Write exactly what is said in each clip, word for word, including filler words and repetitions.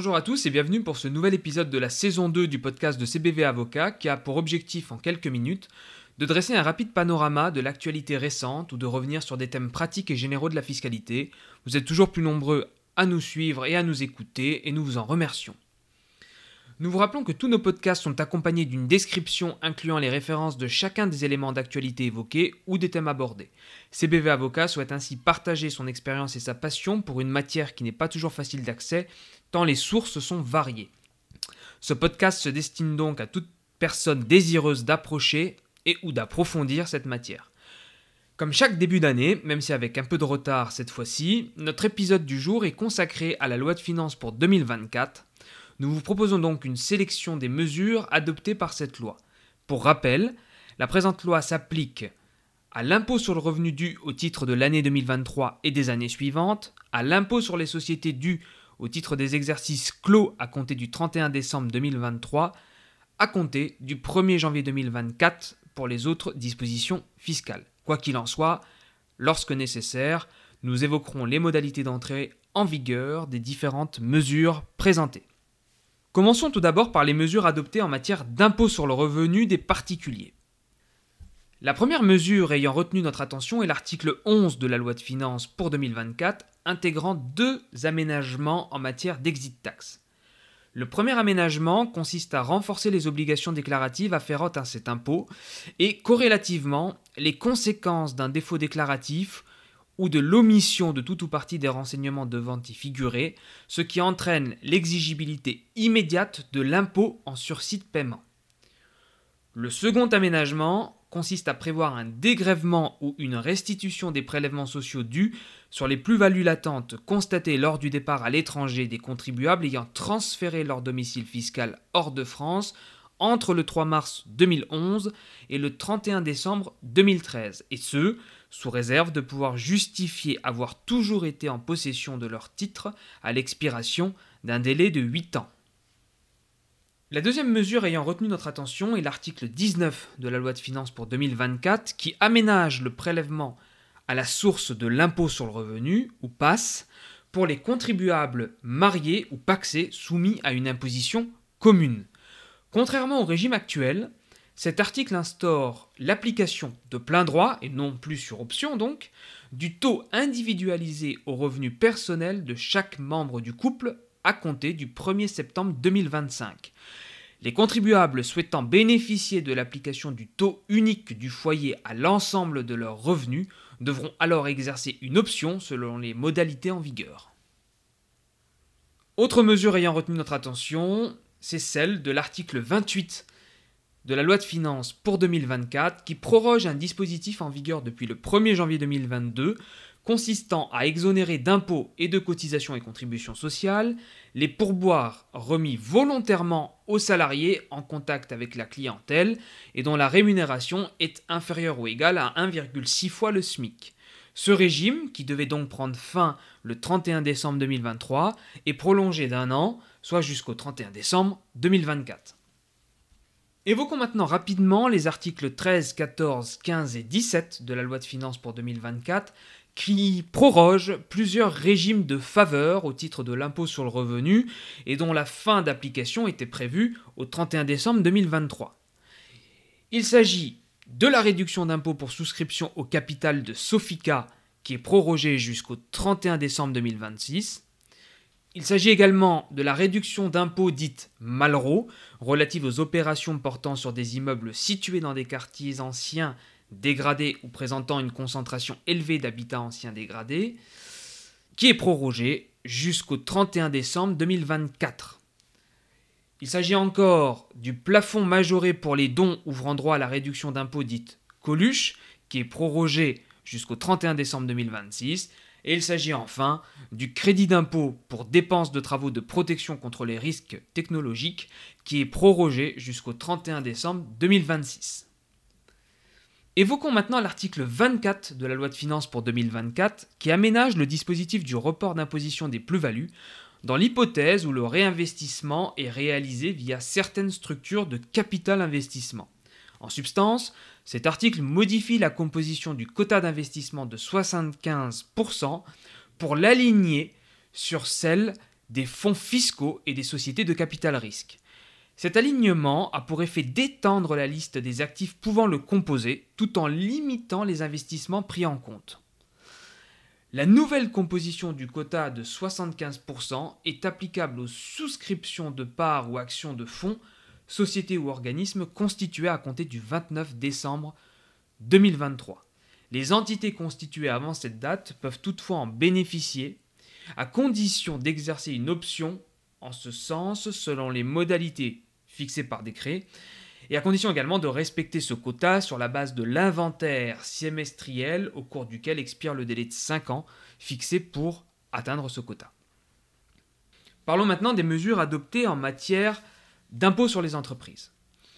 Bonjour à tous et bienvenue pour ce nouvel épisode de la saison deux du podcast de C B V Avocat qui a pour objectif en quelques minutes de dresser un rapide panorama de l'actualité récente ou de revenir sur des thèmes pratiques et généraux de la fiscalité. Vous êtes toujours plus nombreux à nous suivre et à nous écouter et nous vous en remercions. Nous vous rappelons que tous nos podcasts sont accompagnés d'une description incluant les références de chacun des éléments d'actualité évoqués ou des thèmes abordés. C B V Avocat souhaite ainsi partager son expérience et sa passion pour une matière qui n'est pas toujours facile d'accès, tant les sources sont variées. Ce podcast se destine donc à toute personne désireuse d'approcher et ou d'approfondir cette matière. Comme chaque début d'année, même si avec un peu de retard cette fois-ci, notre épisode du jour est consacré à la loi de finances pour deux mille vingt-quatre. Nous vous proposons donc une sélection des mesures adoptées par cette loi. Pour rappel, la présente loi s'applique à l'impôt sur le revenu dû au titre de l'année deux mille vingt-trois et des années suivantes, à l'impôt sur les sociétés dû au titre des exercices clos à compter du trente et un décembre deux mille vingt-trois, à compter du premier janvier deux mille vingt-quatre pour les autres dispositions fiscales. Quoi qu'il en soit, lorsque nécessaire, nous évoquerons les modalités d'entrée en vigueur des différentes mesures présentées. Commençons tout d'abord par les mesures adoptées en matière d'impôt sur le revenu des particuliers. La première mesure ayant retenu notre attention est l'article onze de la loi de finances pour deux mille vingt-quatre, intégrant deux aménagements en matière d'exit tax. Le premier aménagement consiste à renforcer les obligations déclaratives afférentes à cet impôt et, corrélativement, les conséquences d'un défaut déclaratif ou de l'omission de tout ou partie des renseignements devant y figurer, ce qui entraîne l'exigibilité immédiate de l'impôt en sursis de paiement. Le second aménagement consiste à prévoir un dégrèvement ou une restitution des prélèvements sociaux dus sur les plus-values latentes constatées lors du départ à l'étranger des contribuables ayant transféré leur domicile fiscal hors de France entre le trois mars deux mille onze et le trente et un décembre deux mille treize, et ce, sous réserve de pouvoir justifier avoir toujours été en possession de leur titre à l'expiration d'un délai de huit ans. La deuxième mesure ayant retenu notre attention est l'article dix-neuf de la loi de finances pour deux mille vingt-quatre qui aménage le prélèvement à la source de l'impôt sur le revenu, ou P A S, pour les contribuables mariés ou pacsés soumis à une imposition commune. Contrairement au régime actuel, cet article instaure l'application de plein droit, et non plus sur option donc, du taux individualisé au revenu personnel de chaque membre du couple à compter du premier septembre deux mille vingt-cinq. Les contribuables souhaitant bénéficier de l'application du taux unique du foyer à l'ensemble de leurs revenus devront alors exercer une option selon les modalités en vigueur. Autre mesure ayant retenu notre attention, c'est celle de l'article vingt-huit de la loi de finances pour deux mille vingt-quatre qui proroge un dispositif en vigueur depuis le premier janvier deux mille vingt-deux consistant à exonérer d'impôts et de cotisations et contributions sociales les pourboires remis volontairement aux salariés en contact avec la clientèle et dont la rémunération est inférieure ou égale à un virgule six fois le SMIC. Ce régime, qui devait donc prendre fin le trente et un décembre deux mille vingt-trois, est prolongé d'un an, soit jusqu'au trente et un décembre deux mille vingt-quatre. Évoquons maintenant rapidement les articles treize, quatorze, quinze et dix-sept de la loi de finances pour deux mille vingt-quatre qui prorogent plusieurs régimes de faveur au titre de l'impôt sur le revenu et dont la fin d'application était prévue au trente et un décembre deux mille vingt-trois. Il s'agit de la réduction d'impôt pour souscription au capital de Sofica qui est prorogée jusqu'au trente et un décembre deux mille vingt-six. Il s'agit également de la réduction d'impôt dite Malraux, relative aux opérations portant sur des immeubles situés dans des quartiers anciens dégradés ou présentant une concentration élevée d'habitats anciens dégradés, qui est prorogée jusqu'au trente et un décembre deux mille vingt-quatre. Il s'agit encore du plafond majoré pour les dons ouvrant droit à la réduction d'impôt dite Coluche, qui est prorogé jusqu'au trente et un décembre deux mille vingt-six, et il s'agit enfin du crédit d'impôt pour dépenses de travaux de protection contre les risques technologiques, qui est prorogé jusqu'au trente et un décembre deux mille vingt-six. Évoquons maintenant l'article vingt-quatre de la loi de finances pour deux mille vingt-quatre qui aménage le dispositif du report d'imposition des plus-values dans l'hypothèse où le réinvestissement est réalisé via certaines structures de capital investissement. En substance, cet article modifie la composition du quota d'investissement de soixante-quinze pour cent pour l'aligner sur celle des fonds fiscaux et des sociétés de capital risque. Cet alignement a pour effet d'étendre la liste des actifs pouvant le composer tout en limitant les investissements pris en compte. La nouvelle composition du quota de soixante-quinze pour cent est applicable aux souscriptions de parts ou actions de fonds, sociétés ou organismes constitués à compter du vingt-neuf décembre deux mille vingt-trois. Les entités constituées avant cette date peuvent toutefois en bénéficier, à condition d'exercer une option en ce sens selon les modalités fixées par décret, et à condition également de respecter ce quota sur la base de l'inventaire semestriel au cours duquel expire le délai de cinq ans fixé pour atteindre ce quota. Parlons maintenant des mesures adoptées en matière d'impôt sur les entreprises.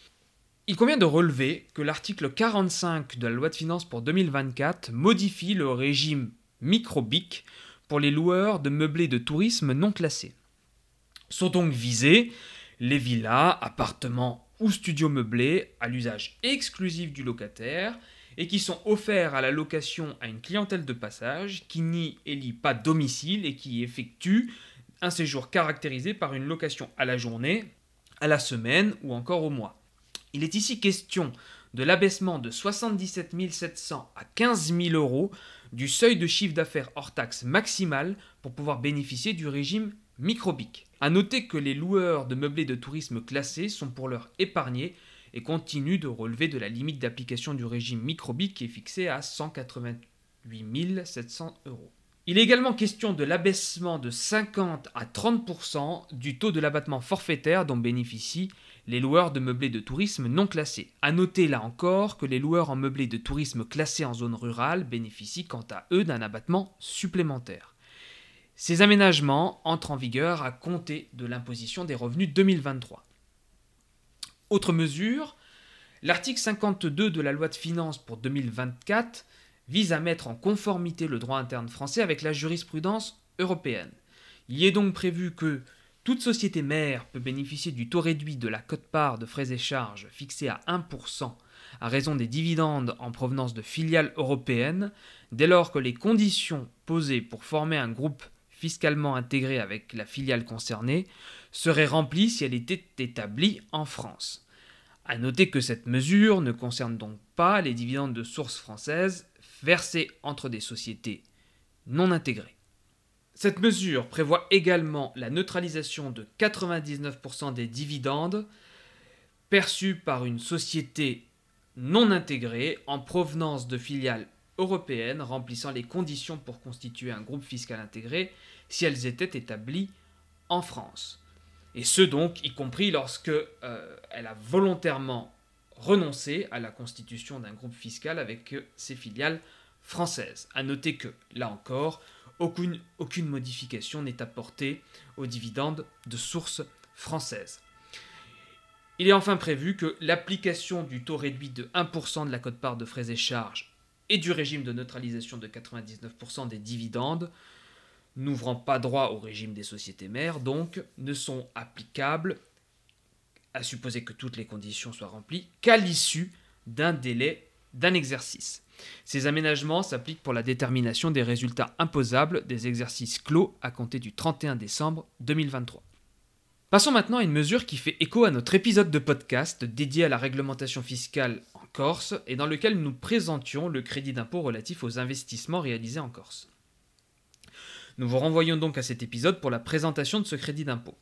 Il convient de relever que l'article quarante-cinq de la loi de finances pour deux mille vingt-quatre modifie le régime micro-B I C pour les loueurs de meublés de tourisme non classés. Sont donc visés les villas, appartements ou studios meublés à l'usage exclusif du locataire et qui sont offerts à la location à une clientèle de passage qui n'y élit pas domicile et qui effectue un séjour caractérisé par une location à la journée, à la semaine ou encore au mois. Il est ici question de l'abaissement de soixante-dix-sept mille sept cents à quinze mille euros du seuil de chiffre d'affaires hors taxe maximal pour pouvoir bénéficier du régime micro-B I C. A noter que les loueurs de meublés de tourisme classés sont pour l'heure épargnés et continuent de relever de la limite d'application du régime micro-B I C qui est fixée à cent quatre-vingt-huit mille sept cents euros. Il est également question de l'abaissement de cinquante à trente pour cent du taux de l'abattement forfaitaire dont bénéficient les loueurs de meublés de tourisme non classés. A noter là encore que les loueurs en meublés de tourisme classés en zone rurale bénéficient quant à eux d'un abattement supplémentaire. Ces aménagements entrent en vigueur à compter de l'imposition des revenus deux mille vingt-trois. Autre mesure, l'article cinquante-deux de la loi de finances pour deux mille vingt-quatre vise à mettre en conformité le droit interne français avec la jurisprudence européenne. Il y est donc prévu que toute société mère peut bénéficier du taux réduit de la quote-part de frais et charges fixé à un pour cent à raison des dividendes en provenance de filiales européennes, dès lors que les conditions posées pour former un groupe fiscalement intégré avec la filiale concernée seraient remplies si elle était établie en France. A noter que cette mesure ne concerne donc pas les dividendes de source française versés entre des sociétés non intégrées. Cette mesure prévoit également la neutralisation de quatre-vingt-dix-neuf pour cent des dividendes perçus par une société non intégrée en provenance de filiales européennes remplissant les conditions pour constituer un groupe fiscal intégré si elles étaient établies en France. Et ce donc, y compris lorsque euh, elle a volontairement renoncé à la constitution d'un groupe fiscal avec euh, ses filiales françaises. A noter que, là encore, aucune, aucune modification n'est apportée aux dividendes de source française. Il est enfin prévu que l'application du taux réduit de un pour cent de la quote-part de frais et charges et du régime de neutralisation de quatre-vingt-dix-neuf pour cent des dividendes, n'ouvrant pas droit au régime des sociétés mères, donc ne sont applicables, à supposer que toutes les conditions soient remplies, qu'à l'issue d'un délai d'un exercice. Ces aménagements s'appliquent pour la détermination des résultats imposables des exercices clos à compter du trente et un décembre deux mille vingt-trois. Passons maintenant à une mesure qui fait écho à notre épisode de podcast dédié à la réglementation fiscale en Corse et dans lequel nous présentions le crédit d'impôt relatif aux investissements réalisés en Corse. Nous vous renvoyons donc à cet épisode pour la présentation de ce crédit d'impôt.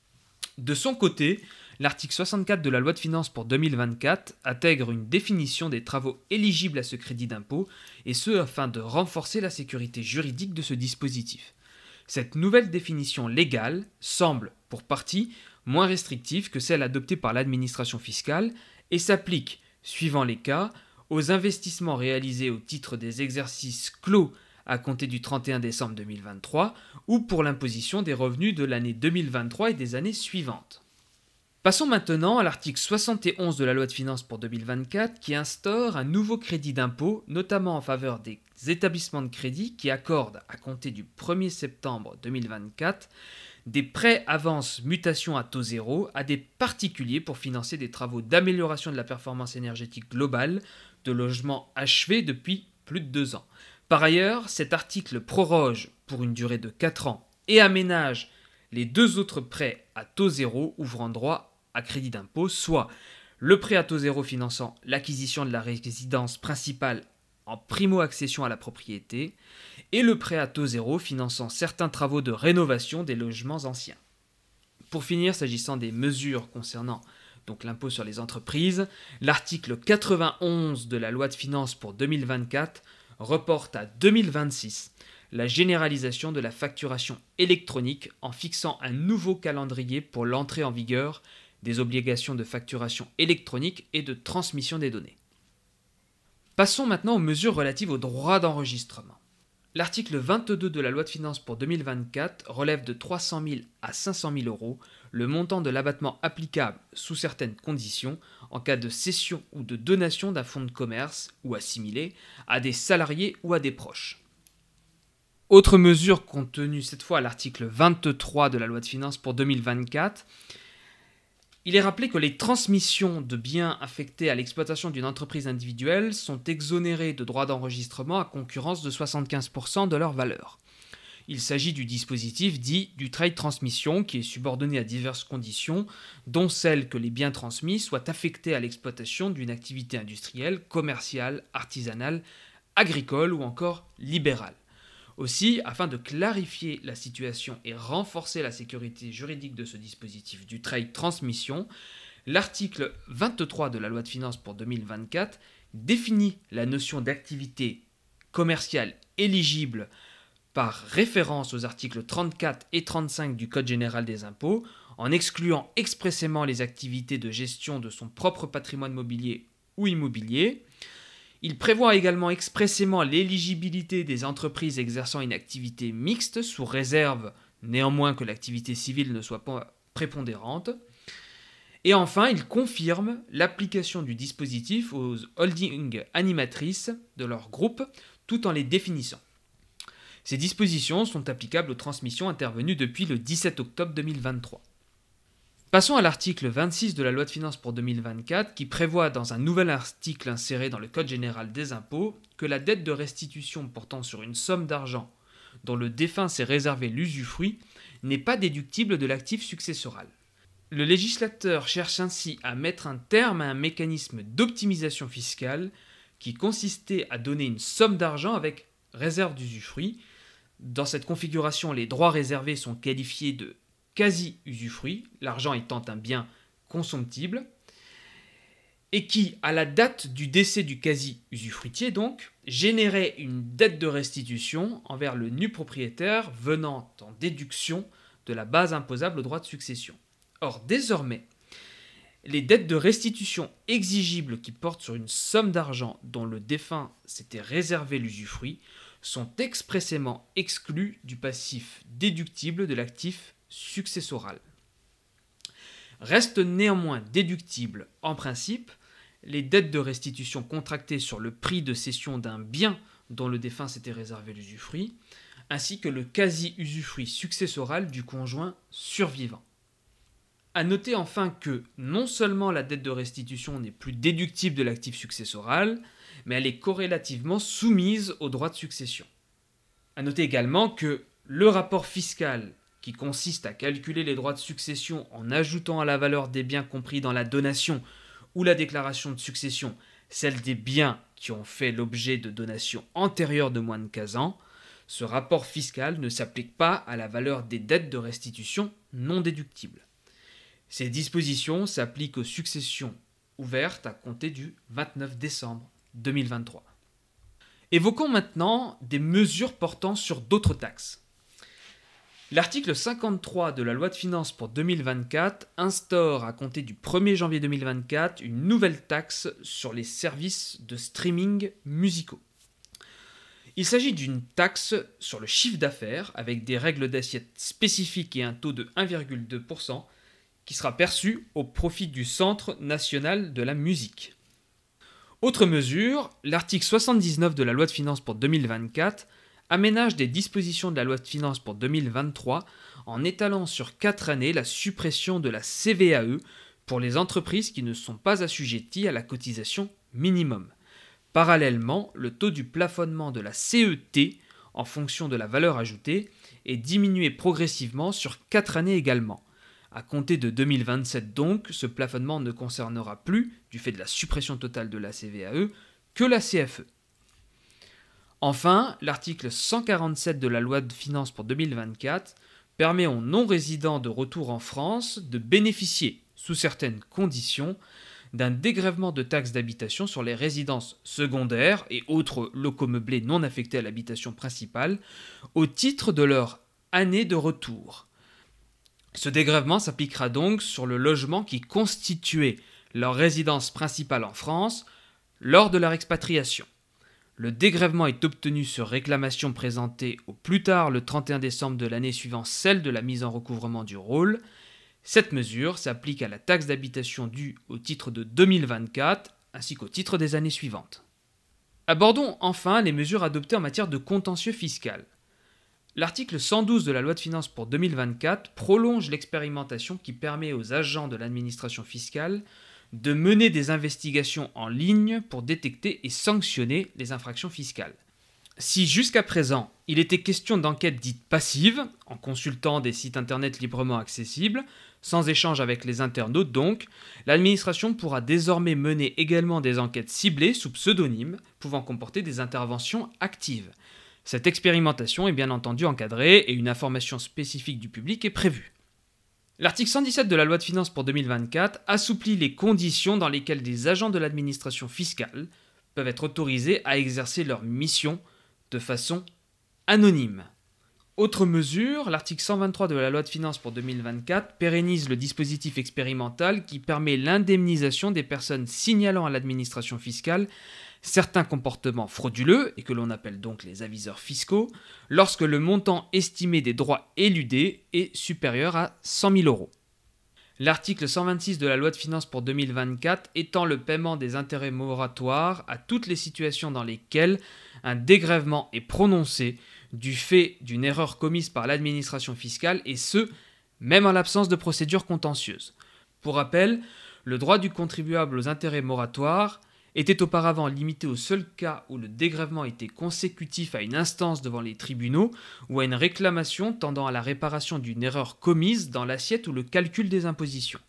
De son côté, l'article soixante-quatre de la loi de finances pour deux mille vingt-quatre intègre une définition des travaux éligibles à ce crédit d'impôt, et ce afin de renforcer la sécurité juridique de ce dispositif. Cette nouvelle définition légale semble, pour partie, moins restrictive que celle adoptée par l'administration fiscale et s'applique, suivant les cas, aux investissements réalisés au titre des exercices clos à compter du trente et un décembre deux mille vingt-trois ou pour l'imposition des revenus de l'année deux mille vingt-trois et des années suivantes. Passons maintenant à l'article soixante et onze de la loi de finances pour deux mille vingt-quatre qui instaure un nouveau crédit d'impôt, notamment en faveur des établissements de crédit qui accordent, à compter du premier septembre deux mille vingt-quatre, des prêts, avances, mutations à taux zéro à des particuliers pour financer des travaux d'amélioration de la performance énergétique globale de logements achevés depuis plus de deux ans. Par ailleurs, cet article proroge pour une durée de quatre ans et aménage les deux autres prêts à taux zéro ouvrant droit à crédit d'impôt, soit le prêt à taux zéro finançant l'acquisition de la résidence principale en primo-accession à la propriété et le prêt à taux zéro finançant certains travaux de rénovation des logements anciens. Pour finir, s'agissant des mesures concernant donc l'impôt sur les entreprises, l'article quatre-vingt-onze de la loi de finances pour deux mille vingt-quatre reporte à deux mille vingt-six la généralisation de la facturation électronique en fixant un nouveau calendrier pour l'entrée en vigueur des obligations de facturation électronique et de transmission des données. Passons maintenant aux mesures relatives aux droits d'enregistrement. L'article vingt-deux de la loi de finances pour deux mille vingt-quatre relève de trois cent mille à cinq cent mille euros le montant de l'abattement applicable sous certaines conditions en cas de cession ou de donation d'un fonds de commerce ou assimilé à des salariés ou à des proches. Autre mesure contenue cette fois à l'article vingt-trois de la loi de finances pour deux mille vingt-quatre, il est rappelé que les transmissions de biens affectés à l'exploitation d'une entreprise individuelle sont exonérées de droits d'enregistrement à concurrence de soixante-quinze pour cent de leur valeur. Il s'agit du dispositif dit du trade transmission qui est subordonné à diverses conditions, dont celle que les biens transmis soient affectés à l'exploitation d'une activité industrielle, commerciale, artisanale, agricole ou encore libérale. Aussi, afin de clarifier la situation et renforcer la sécurité juridique de ce dispositif du trade transmission, l'article vingt-trois de la loi de finances pour deux mille vingt-quatre définit la notion d'activité commerciale éligible par référence aux articles trente-quatre et trente-cinq du Code général des impôts, en excluant expressément les activités de gestion de son propre patrimoine mobilier ou immobilier. Il prévoit également expressément l'éligibilité des entreprises exerçant une activité mixte, sous réserve néanmoins que l'activité civile ne soit pas prépondérante. Et enfin, il confirme l'application du dispositif aux holdings animatrices de leur groupe, tout en les définissant. Ces dispositions sont applicables aux transmissions intervenues depuis le dix-sept octobre deux mille vingt-trois. Passons à l'article vingt-six de la loi de finances pour deux mille vingt-quatre qui prévoit dans un nouvel article inséré dans le Code général des impôts que la dette de restitution portant sur une somme d'argent dont le défunt s'est réservé l'usufruit n'est pas déductible de l'actif successoral. Le législateur cherche ainsi à mettre un terme à un mécanisme d'optimisation fiscale qui consistait à donner une somme d'argent avec réserve d'usufruit. Dans cette configuration, les droits réservés sont qualifiés de quasi-usufruit, l'argent étant un bien consomptible, et qui, à la date du décès du quasi-usufruitier donc, générait une dette de restitution envers le nu propriétaire venant en déduction de la base imposable au droit de succession. Or, désormais, les dettes de restitution exigibles qui portent sur une somme d'argent dont le défunt s'était réservé l'usufruit sont expressément exclues du passif déductible de l'actif successoral. Restent néanmoins déductibles, en principe, les dettes de restitution contractées sur le prix de cession d'un bien dont le défunt s'était réservé l'usufruit, ainsi que le quasi-usufruit successoral du conjoint survivant. À noter enfin que non seulement la dette de restitution n'est plus déductible de l'actif successoral, mais elle est corrélativement soumise au droit de succession. À noter également que le rapport fiscal qui consiste à calculer les droits de succession en ajoutant à la valeur des biens compris dans la donation ou la déclaration de succession celle des biens qui ont fait l'objet de donations antérieures de moins de quinze ans, ce rapport fiscal ne s'applique pas à la valeur des dettes de restitution non déductibles. Ces dispositions s'appliquent aux successions ouvertes à compter du vingt-neuf décembre deux mille vingt-trois. Évoquons maintenant des mesures portant sur d'autres taxes. L'article cinquante-trois de la loi de finances pour deux mille vingt-quatre instaure à compter du premier janvier deux mille vingt-quatre une nouvelle taxe sur les services de streaming musicaux. Il s'agit d'une taxe sur le chiffre d'affaires avec des règles d'assiette spécifiques et un taux de un virgule deux pour cent qui sera perçu au profit du Centre national de la musique. Autre mesure, l'article soixante-dix-neuf de la loi de finances pour deux mille vingt-quatre aménage des dispositions de la loi de finances pour deux mille vingt-trois en étalant sur quatre années la suppression de la C V A E pour les entreprises qui ne sont pas assujetties à la cotisation minimum. Parallèlement, le taux du plafonnement de la C E T en fonction de la valeur ajoutée et diminuer progressivement sur quatre années également. À compter de deux mille vingt-sept donc, ce plafonnement ne concernera plus, du fait de la suppression totale de la C V A E, que la C F E. Enfin, l'article cent quarante-sept de la loi de finances pour deux mille vingt-quatre permet aux non-résidents de retour en France de bénéficier, sous certaines conditions, d'un dégrèvement de taxes d'habitation sur les résidences secondaires et autres locaux meublés non affectés à l'habitation principale au titre de leur année de retour. Ce dégrèvement s'appliquera donc sur le logement qui constituait leur résidence principale en France lors de leur expatriation. Le dégrèvement est obtenu sur réclamation présentée au plus tard le trente et un décembre de l'année suivant celle de la mise en recouvrement du rôle. Cette mesure s'applique à la taxe d'habitation due au titre de deux mille vingt-quatre ainsi qu'au titre des années suivantes. Abordons enfin les mesures adoptées en matière de contentieux fiscal. L'article cent douze de la loi de finances pour deux mille vingt-quatre prolonge l'expérimentation qui permet aux agents de l'administration fiscale de mener des investigations en ligne pour détecter et sanctionner les infractions fiscales. Si jusqu'à présent, il était question d'enquêtes dites passives, en consultant des sites internet librement accessibles, sans échange avec les internautes donc, l'administration pourra désormais mener également des enquêtes ciblées sous pseudonyme, pouvant comporter des interventions actives. Cette expérimentation est bien entendu encadrée et une information spécifique du public est prévue. L'article cent dix-sept de la loi de finances pour deux mille vingt-quatre assouplit les conditions dans lesquelles des agents de l'administration fiscale peuvent être autorisés à exercer leur mission de façon anonyme. Autre mesure, l'article cent vingt-trois de la loi de finances pour deux mille vingt-quatre pérennise le dispositif expérimental qui permet l'indemnisation des personnes signalant à l'administration fiscale certains comportements frauduleux, et que l'on appelle donc les aviseurs fiscaux, lorsque le montant estimé des droits éludés est supérieur à cent mille euros. L'article cent vingt-six de la loi de finances pour deux mille vingt-quatre étend le paiement des intérêts moratoires à toutes les situations dans lesquelles un dégrèvement est prononcé du fait d'une erreur commise par l'administration fiscale, et ce, même en l'absence de procédure contentieuse. Pour rappel, le droit du contribuable aux intérêts moratoires était auparavant limité au seul cas où le dégrèvement était consécutif à une instance devant les tribunaux ou à une réclamation tendant à la réparation d'une erreur commise dans l'assiette ou le calcul des impositions.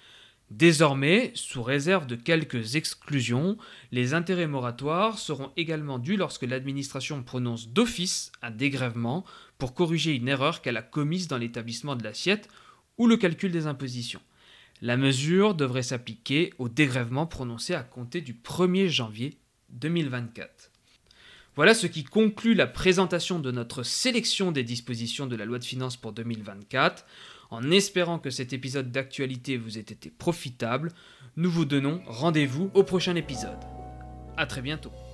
Désormais, sous réserve de quelques exclusions, les intérêts moratoires seront également dus lorsque l'administration prononce d'office un dégrèvement pour corriger une erreur qu'elle a commise dans l'établissement de l'assiette ou le calcul des impositions. La mesure devrait s'appliquer au dégrèvement prononcé à compter du premier janvier deux mille vingt-quatre. Voilà ce qui conclut la présentation de notre sélection des dispositions de la loi de finances pour deux mille vingt-quatre. En espérant que cet épisode d'actualité vous ait été profitable, nous vous donnons rendez-vous au prochain épisode. À très bientôt.